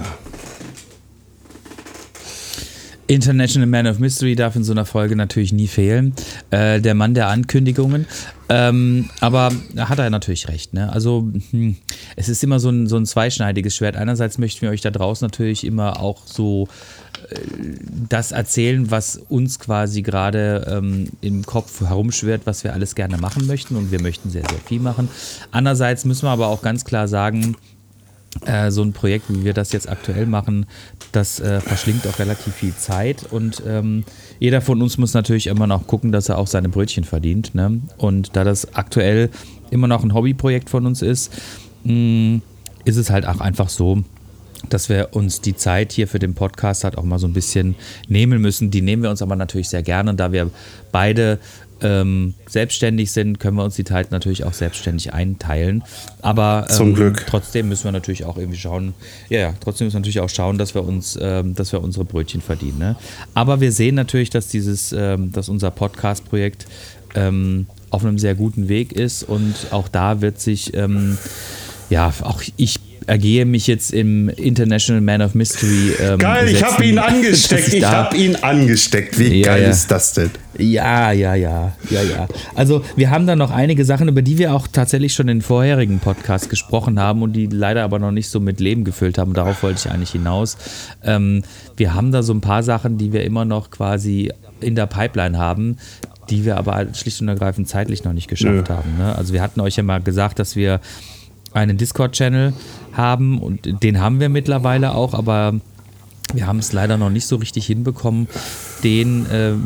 International Man of Mystery darf in so einer Folge natürlich nie fehlen. Äh, der Mann der Ankündigungen. Ähm, aber da hat er natürlich recht. Ne? Also hm, es ist immer so ein, so ein zweischneidiges Schwert. Einerseits möchten wir euch da draußen natürlich immer auch so äh, das erzählen, was uns quasi gerade ähm, im Kopf herumschwirrt, was wir alles gerne machen möchten. Und wir möchten sehr, sehr viel machen. Andererseits müssen wir aber auch ganz klar sagen, Äh, so ein Projekt, wie wir das jetzt aktuell machen, das äh, verschlingt auch relativ viel Zeit und ähm, jeder von uns muss natürlich immer noch gucken, dass er auch seine Brötchen verdient. Ne? Und da das aktuell immer noch ein Hobbyprojekt von uns ist, mh, ist es halt auch einfach so, dass wir uns die Zeit hier für den Podcast halt auch mal so ein bisschen nehmen müssen. Die nehmen wir uns aber natürlich sehr gerne, da wir beide ähm, selbstständig sind, können wir uns die Zeit natürlich auch selbstständig einteilen. Aber ähm,
Zum Glück.
Trotzdem müssen wir natürlich auch irgendwie schauen, ja, ja, trotzdem müssen wir natürlich auch schauen, dass wir uns, ähm, dass wir unsere Brötchen verdienen. Ne? Aber wir sehen natürlich, dass dieses, ähm, dass unser Podcast-Projekt ähm, auf einem sehr guten Weg ist und auch da wird sich, ähm, ja, auch ich ergehe mich jetzt im International Man of Mystery. Ähm,
Geil, ich habe ihn angesteckt. Ich
da-
habe ihn angesteckt. Wie
Ja,
geil
ja.
ist das denn?
Ja, ja, ja, ja, ja. Also wir haben da noch einige Sachen, über die wir auch tatsächlich schon in vorherigen Podcasts gesprochen haben und die leider aber noch nicht so mit Leben gefüllt haben. Darauf wollte ich eigentlich hinaus. Ähm, wir haben da so ein paar Sachen, die wir immer noch quasi in der Pipeline haben, die wir aber schlicht und ergreifend zeitlich noch nicht geschafft
Nö.
haben. Ne? Also wir hatten euch ja mal gesagt, dass wir einen Discord-Channel haben und den haben wir mittlerweile auch, aber wir haben es leider noch nicht so richtig hinbekommen, den ähm,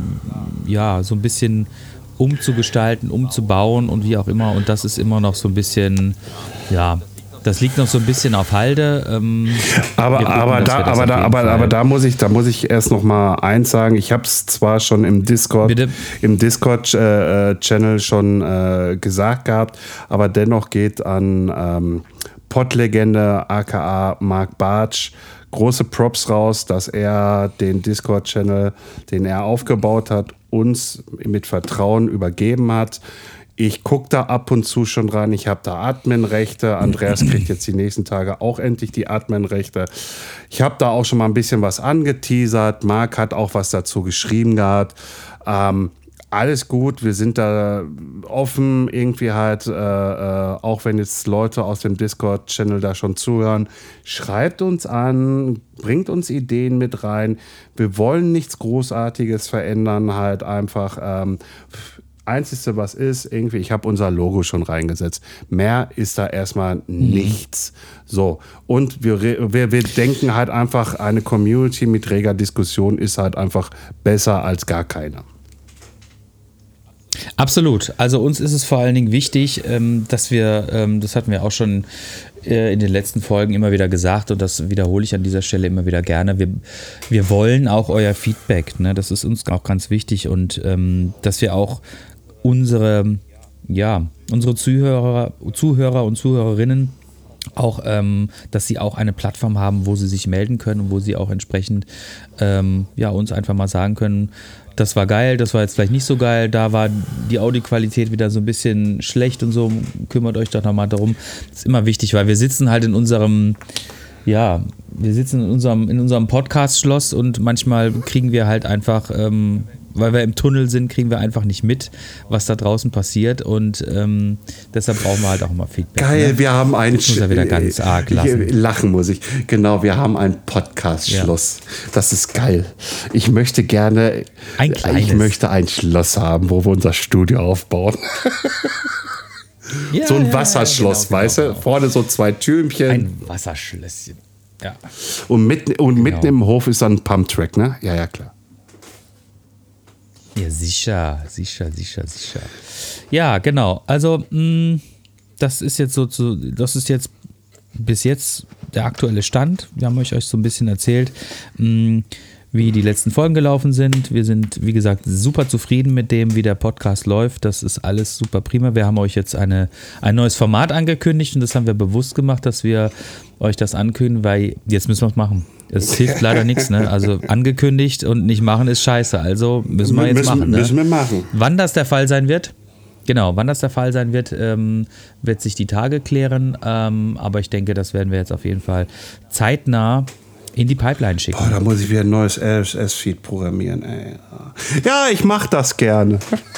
ja so ein bisschen umzugestalten, umzubauen und wie auch immer. Und das ist immer noch so ein bisschen, ja, das liegt noch so ein bisschen auf Halde. Ähm, wir
Aber,
gucken,
aber,
dass
da,
wir das
aber,
auf
da,
jeden
aber,
Fall-
aber da muss ich, da muss ich erst noch mal eins sagen. Ich habe es zwar schon im Discord,
Bitte?
im Discord-Channel schon äh, gesagt gehabt, aber dennoch geht an ähm, Pottlegende, aka Mark Bartsch, große Props raus, dass er den Discord-Channel, den er aufgebaut hat, uns mit Vertrauen übergeben hat. Ich gucke da ab und zu schon rein. Ich habe da Admin-Rechte. Andreas kriegt jetzt die nächsten Tage auch endlich die Admin-Rechte. Ich habe da auch schon mal ein bisschen was angeteasert. Marc hat auch was dazu geschrieben gehabt. Ähm, alles gut, wir sind da offen, irgendwie halt, äh, äh, auch wenn jetzt Leute aus dem Discord-Channel da schon zuhören, schreibt uns an, bringt uns Ideen mit rein. Wir wollen nichts Großartiges verändern, halt einfach. Ähm, Einzige, was ist, irgendwie, ich habe unser Logo schon reingesetzt. Mehr ist da erstmal nichts. So. Und wir, wir, wir denken halt einfach, eine Community mit reger Diskussion ist halt einfach besser als gar keine.
Absolut. Also uns ist es vor allen Dingen wichtig, ähm, dass wir, ähm, das hatten wir auch schon äh, in den letzten Folgen immer wieder gesagt und das wiederhole ich an dieser Stelle immer wieder gerne. Wir, wir wollen auch euer Feedback, ne? Das ist uns auch ganz wichtig und ähm, dass wir auch unsere, ja, unsere Zuhörer, Zuhörer und Zuhörerinnen auch, ähm, dass sie auch eine Plattform haben, wo sie sich melden können und wo sie auch entsprechend ähm, ja, uns einfach mal sagen können, das war geil, das war jetzt vielleicht nicht so geil, da war die Audioqualität wieder so ein bisschen schlecht und so, kümmert euch doch nochmal darum. Das ist immer wichtig, weil wir sitzen halt in unserem, ja, wir sitzen in unserem, in unserem Podcast-Schloss und manchmal kriegen wir halt einfach, ähm, weil wir im Tunnel sind, kriegen wir einfach nicht mit, was da draußen passiert und ähm, deshalb brauchen wir halt auch immer Feedback.
Geil,
ne?
wir haben ein
Ich muss ja wieder ganz arg lachen.
Lachen muss ich. Genau, wir haben ein Podcast-Schloss. Ja. Das ist geil. Ich möchte gerne,
ein kleines.
ich möchte ein Schloss haben, wo wir unser Studio aufbauen.
Ja,
so ein
ja,
Wasserschloss,
genau,
weißt
genau,
du?
genau.
Vorne so zwei Türmchen.
Ein Wasserschlösschen. Ja.
Und mitten, und
Genau.
mitten im Hof ist dann ein Pumptrack, ne? Ja, ja, klar.
Ja, sicher, sicher, sicher, sicher. Ja, genau. Also, mh, das ist jetzt so zu, das ist jetzt bis jetzt der aktuelle Stand. Wir haben euch, euch so ein bisschen erzählt, mh, wie die letzten Folgen gelaufen sind. Wir sind, wie gesagt, super zufrieden mit dem, wie der Podcast läuft. Das ist alles super prima. Wir haben euch jetzt eine, ein neues Format angekündigt und das haben wir bewusst gemacht, dass wir euch das ankündigen, weil jetzt müssen wir es machen. Es hilft leider nichts, ne? Also angekündigt und nicht machen ist scheiße. Also müssen wir jetzt
müssen,
machen. Ne?
Müssen wir machen.
Wann das der Fall sein wird? Genau, wann das der Fall sein wird, ähm, wird sich die Tage klären. Ähm, aber ich denke, das werden wir jetzt auf jeden Fall zeitnah in die Pipeline schicken.
Boah, da muss ich wieder ein neues R S S-Feed programmieren. Ey. Ja, ich mach das gerne.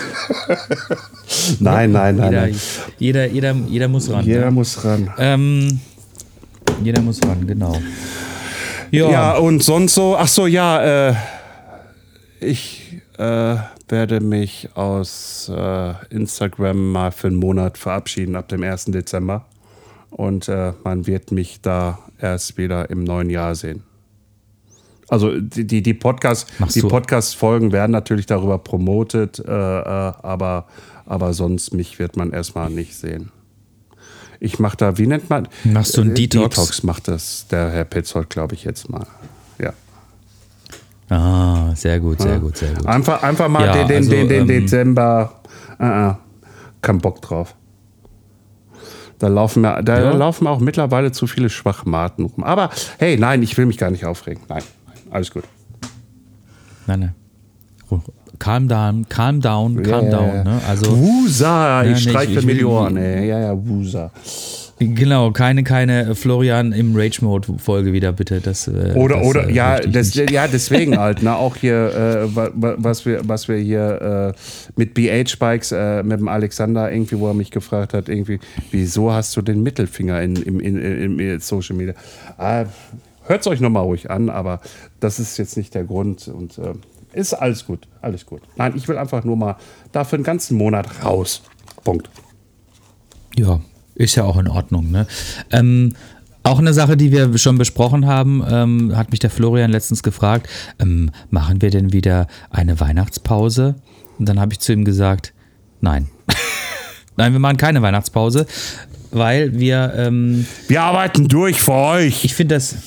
nein, nein, nein,
jeder,
nein.
Jeder, jeder, jeder muss ran.
Jeder
ne?
muss ran.
Ähm, jeder muss ran, genau. Ja,
Ja, und sonst so, ach so, ja, äh, ich äh, werde mich aus äh, Instagram mal für einen Monat verabschieden ab dem ersten Dezember. Und äh, man wird mich da erst wieder im neuen Jahr sehen. Also die, die, die Podcast,
Machst
die
du-
Podcast-Folgen werden natürlich darüber promotet, äh, äh, aber, aber sonst mich wird man erstmal nicht sehen. Ich mache da, wie nennt man?
Machst du einen
Äh,
Detox?
Detox macht das der Herr Petzold, glaube ich, jetzt mal. Ja.
ah, sehr gut, sehr gut, sehr gut.
Einfach, einfach mal
Ja,
den, den,
also,
den, den
ähm,
Dezember. Äh, äh, kein Bock drauf. Da laufen mir, da
Ja.
laufen auch mittlerweile zu viele Schwachmaten rum. Aber hey, nein, ich will mich gar nicht aufregen. Nein, nein, alles gut.
Nein, nein. Calm down, calm down, calm
Ja,
down.
ja, ja.
Ne? Also,
Wusa,
Ja,
ich
nee,
streiche
ich- ich
mir die
will-
Ohren. Ey. Ja, ja, Wusa.
genau, keine, keine Florian im Rage-Mode-Folge wieder, bitte. Das, äh,
Oder,
das,
oder,
äh,
ja,
möchte ich
das,
nicht.
ja, deswegen halt, ne, auch hier, äh, wa- wa- was wir, was wir hier äh, mit B H-Bikes, äh, mit dem Alexander irgendwie, wo er mich gefragt hat, irgendwie, wieso hast du den Mittelfinger in, im, in, in, in Social Media? Ah, hört es euch nochmal ruhig an, aber das ist jetzt nicht der Grund und äh, ist alles gut, alles gut. Nein, ich will einfach nur mal dafür einen ganzen Monat raus. Punkt.
Ja, ist ja auch in Ordnung. Ne? Ähm, auch eine Sache, die wir schon besprochen haben, ähm, hat mich der Florian letztens gefragt, ähm, machen wir denn wieder eine Weihnachtspause? Und dann habe ich zu ihm gesagt, nein. Nein, wir machen keine Weihnachtspause, weil wir, ähm,
Wir arbeiten durch für euch.
ich finde das,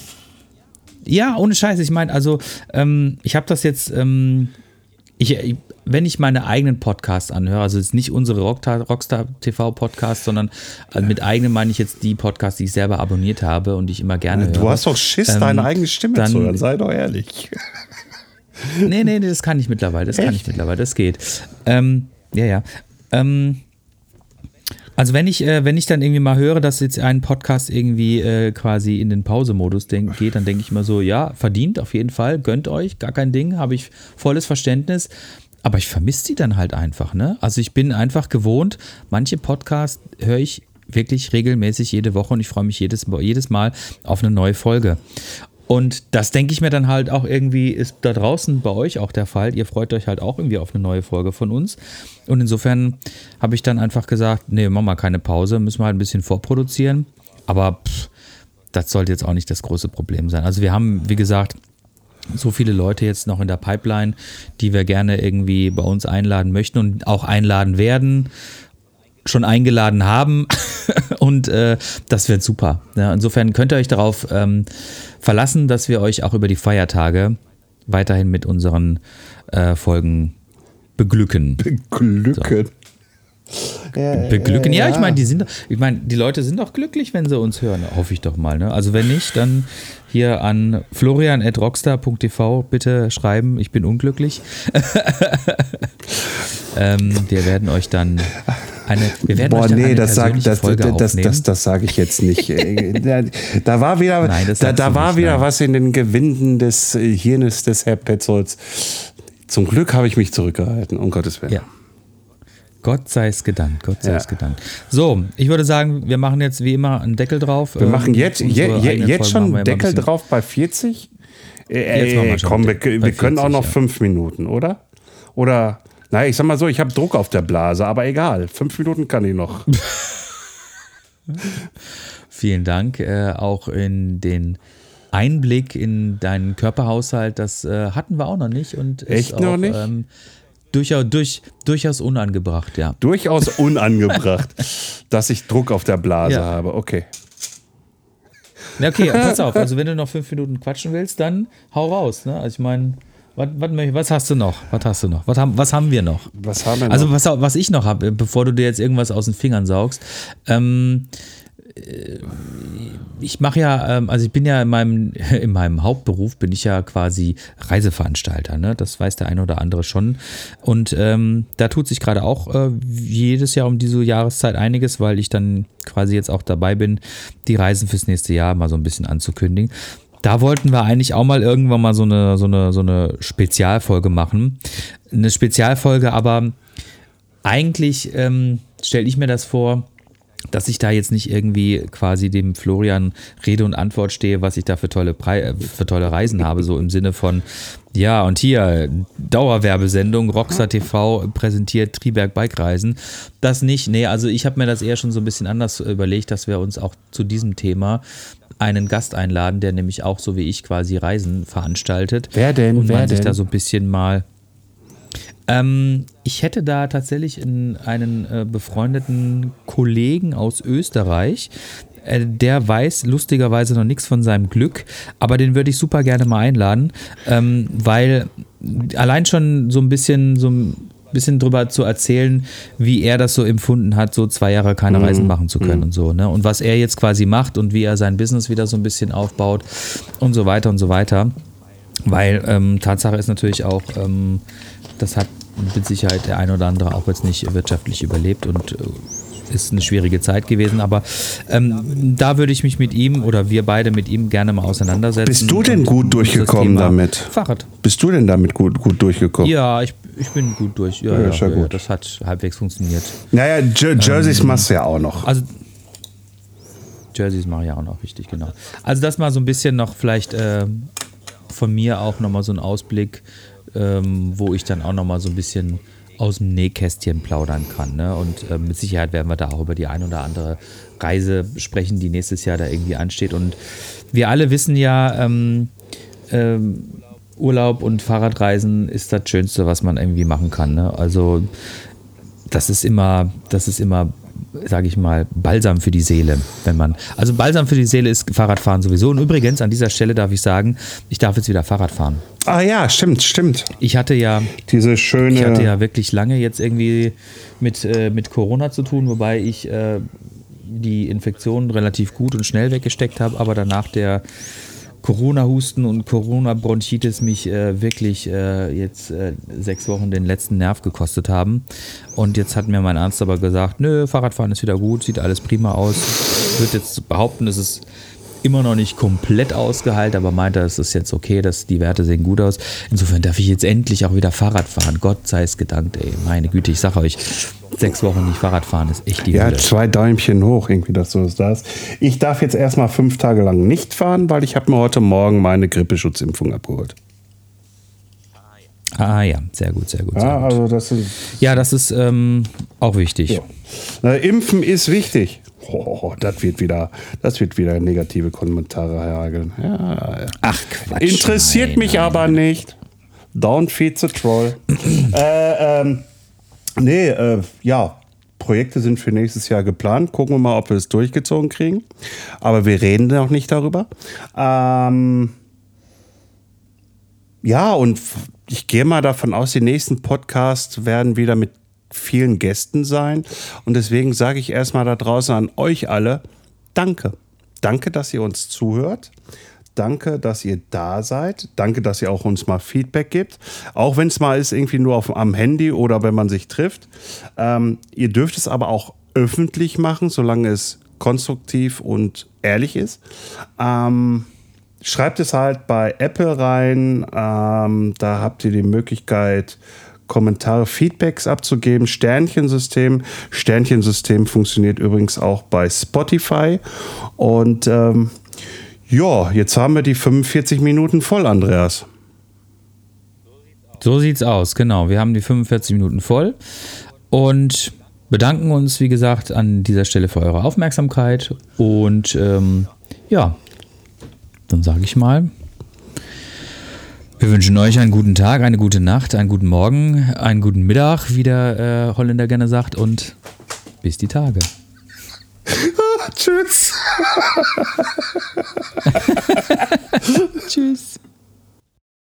ja, ohne Scheiß, ich meine, also ähm, ich habe das jetzt, ähm, ich, ich, wenn ich meine eigenen Podcasts anhöre, also es ist nicht unsere Rockstar, Rockstar T V Podcasts, sondern äh, mit eigenen meine ich jetzt die Podcasts, die ich selber abonniert habe und die ich immer gerne höre.
Du hast doch Schiss,
Ähm,
deine eigene Stimme
dann-
zu hören, sei doch ehrlich.
Nee, nee, nee, das kann ich mittlerweile, das kann ich mittlerweile, das geht. Ähm, ja, ja. Ähm, also wenn ich, äh, wenn ich dann irgendwie mal höre, dass jetzt ein Podcast irgendwie äh, quasi in den Pausemodus denk, geht, dann denke ich immer so, ja, verdient auf jeden Fall, gönnt euch, gar kein Ding, habe ich volles Verständnis. Aber ich vermisse die dann halt einfach, ne? Also ich bin einfach gewohnt, manche Podcasts höre ich wirklich regelmäßig jede Woche und ich freue mich jedes, jedes Mal auf eine neue Folge. Und das denke ich mir dann halt auch irgendwie, ist da draußen bei euch auch der Fall. Ihr freut euch halt auch irgendwie auf eine neue Folge von uns. Und insofern habe ich dann einfach gesagt, nee, machen wir keine Pause, müssen wir halt ein bisschen vorproduzieren. Aber pff, das sollte jetzt auch nicht das große Problem sein. Also wir haben, wie gesagt, so viele Leute jetzt noch in der Pipeline, die wir gerne irgendwie bei uns einladen möchten und auch einladen werden, schon eingeladen haben und äh, das wird super. Ja, insofern könnt ihr euch darauf ähm, verlassen, dass wir euch auch über die Feiertage weiterhin mit unseren äh, Folgen beglücken.
Beglücken.
So. Beglücken. Ja, ich meine, die sind, ich meine, die Leute sind doch glücklich, wenn sie uns hören, hoffe ich doch mal. Ne? Also wenn nicht, dann hier an florian at rockstar punkt t v bitte schreiben, ich bin unglücklich. ähm, wir werden euch dann eine, wir werden
Boah,
euch dann
nee,
eine
das sag,
persönliche
das,
Folge
das, das,
aufnehmen.
das, das sage ich jetzt nicht. da, da war wieder,
Nein, das
da,
sagst
da
du
war
nicht,
wieder
nein.
was in den Gewinden des äh, Hirnes des Herr Petzolds. Zum Glück habe ich mich zurückgehalten, um Gottes Willen.
Ja. Gott sei es gedankt, Gott sei
Ja.
es gedankt. So, ich würde sagen, wir machen jetzt wie immer einen Deckel drauf.
Wir machen jetzt, je, je, jetzt schon
einen
Deckel drauf bei vierzig? Äh,
Jetzt machen wir
äh,
schon
komm, wir,
Deckel
wir
bei
können auch noch
vierzig, ja.
fünf Minuten, oder? Oder, naja, ich sag mal so, ich habe Druck auf der Blase, aber egal. Fünf Minuten kann ich noch.
Vielen Dank. Äh, auch in den Einblick in deinen Körperhaushalt, das äh, hatten wir auch noch nicht. Und ist
Echt
auch,
noch nicht?
Ähm, durchaus, durch, durchaus unangebracht, ja.
Durchaus unangebracht, dass ich Druck auf der Blase
Ja.
habe. Okay.
Na okay, pass auf, also wenn du noch fünf Minuten quatschen willst, dann hau raus. Ne? Also ich meine, was, was, was hast du noch? Was hast du noch? Was haben, was haben wir noch?
Was haben wir noch?
Also was, was ich noch habe, bevor du dir jetzt irgendwas aus den Fingern saugst, ähm, ich mache ja, ähm, also ich bin ja in meinem, in meinem Hauptberuf bin ich ja quasi Reiseveranstalter, ne? Das weiß der eine oder andere schon. Und ähm, da tut sich gerade auch äh, jedes Jahr um diese Jahreszeit einiges, weil ich dann quasi jetzt auch dabei bin, die Reisen fürs nächste Jahr mal so ein bisschen anzukündigen. Da wollten wir eigentlich auch mal irgendwann mal so eine, so eine, so eine Spezialfolge machen. Eine Spezialfolge, aber eigentlich ähm, stelle ich mir das vor, dass ich da jetzt nicht irgendwie quasi dem Florian Rede und Antwort stehe, was ich da für tolle, Pre- für tolle Reisen habe, so im Sinne von, ja und hier, Dauerwerbesendung, Rockstar T V präsentiert Triberg Bike-Reisen. Das nicht, nee, also ich habe mir das eher schon so ein bisschen anders überlegt, dass wir uns auch zu diesem Thema einen Gast einladen, der nämlich auch so wie ich quasi Reisen veranstaltet.
Wer denn?
Und
Wer
man sich
denn?
da so ein bisschen mal... Ähm, ich hätte da tatsächlich in einen äh, befreundeten Kollegen aus Österreich, äh, der weiß lustigerweise noch nichts von seinem Glück, aber den würde ich super gerne mal einladen, ähm, weil allein schon so ein bisschen so ein bisschen drüber zu erzählen, wie er das so empfunden hat, so zwei Jahre keine Reisen machen zu können und so, ne? Und was er jetzt quasi macht und wie er sein Business wieder so ein bisschen aufbaut und so weiter und so weiter. Weil ähm, Tatsache ist natürlich auch, ähm, das hat mit Sicherheit der ein oder andere auch jetzt nicht wirtschaftlich überlebt und äh, ist eine schwierige Zeit gewesen, aber ähm, da würde ich mich mit ihm oder wir beide mit ihm gerne mal auseinandersetzen.
Bist du denn
und
gut durchgekommen
das Thema
damit?
Fahrrad.
Bist du denn damit gut, gut durchgekommen?
Ja, ich, ich bin gut durch. Ja,
Ja,
ja,
ist ja
ja,
gut.
das hat halbwegs funktioniert.
Naja, Jer- Jerseys machst du ja auch noch.
Also Jerseys mache ich auch noch, richtig, genau. Also das mal so ein bisschen noch vielleicht äh, von mir auch nochmal so ein Ausblick, ähm, wo ich dann auch nochmal so ein bisschen aus dem Nähkästchen plaudern kann. Ne? Und äh, mit Sicherheit werden wir da auch über die ein oder andere Reise sprechen, die nächstes Jahr da irgendwie ansteht. Und wir alle wissen ja, ähm, ähm, Urlaub und Fahrradreisen ist das Schönste, was man irgendwie machen kann. Ne? Also das ist immer, das ist immer, sage ich mal, Balsam für die Seele, wenn man, also Balsam für die Seele ist Fahrradfahren sowieso. Und übrigens, an dieser Stelle darf ich sagen, ich darf jetzt wieder Fahrrad fahren.
Ah ja, stimmt, stimmt.
Ich hatte ja,
Diese schöne...
ich hatte ja wirklich lange jetzt irgendwie mit, äh, mit Corona zu tun, wobei ich äh, die Infektion relativ gut und schnell weggesteckt habe, aber danach der Corona-Husten und Corona-Bronchitis mich äh, wirklich äh, jetzt äh, sechs Wochen den letzten Nerv gekostet haben. Und jetzt hat mir mein Arzt aber gesagt, nö, Fahrradfahren ist wieder gut, sieht alles prima aus. Ich würde jetzt behaupten, es ist immer noch nicht komplett ausgeheilt, aber meinte, es ist jetzt okay, dass die Werte sehen gut aus. Insofern darf ich jetzt endlich auch wieder Fahrrad fahren. Gott sei es gedankt, ey. Meine Güte, ich sage euch, sechs Wochen nicht Fahrrad fahren ist echt die
Ja,
Hölle.
zwei Däumchen hoch, irgendwie, dass du das darfst. Ich darf jetzt erstmal fünf Tage lang nicht fahren, weil ich habe mir heute Morgen meine Grippeschutzimpfung abgeholt.
Ah ja, sehr gut, sehr gut. Sehr
Ja,
gut.
also das ist...
Ja, das ist ähm, auch wichtig.
Ja. Na, Impfen ist wichtig. Oh, das wird wieder, das wird wieder negative Kommentare hageln. Ja, ja.
Ach Quatsch.
Interessiert
nein,
mich
nein,
aber
nein.
nicht. Don't feed the troll. äh, ähm, nee, äh, ja. Projekte sind für nächstes Jahr geplant. Gucken wir mal, ob wir es durchgezogen kriegen. Aber wir reden noch nicht darüber. Ähm, ja, und ich gehe mal davon aus, die nächsten Podcasts werden wieder mit vielen Gästen sein. Und deswegen sage ich erstmal da draußen an euch alle, danke. Danke, dass ihr uns zuhört. Danke, dass ihr da seid. Danke, dass ihr auch uns mal Feedback gebt. Auch wenn es mal ist, irgendwie nur auf, am Handy oder wenn man sich trifft. Ähm, ihr dürft es aber auch öffentlich machen, solange es konstruktiv und ehrlich ist. Ähm, schreibt es halt bei Apple rein. Ähm, da habt ihr die Möglichkeit, Kommentare, Feedbacks abzugeben. Sternchensystem. Sternchensystem funktioniert übrigens auch bei Spotify. Und ähm, ja, jetzt haben wir die fünfundvierzig Minuten voll, Andreas.
So sieht's aus, genau. Wir haben die fünfundvierzig Minuten voll und bedanken uns, wie gesagt, an dieser Stelle für eure Aufmerksamkeit. Und ähm, ja, dann sage ich mal, wir wünschen euch einen guten Tag, eine gute Nacht, einen guten Morgen, einen guten Mittag, wie der äh, Holländer gerne sagt, und bis die Tage.
Tschüss.
Tschüss.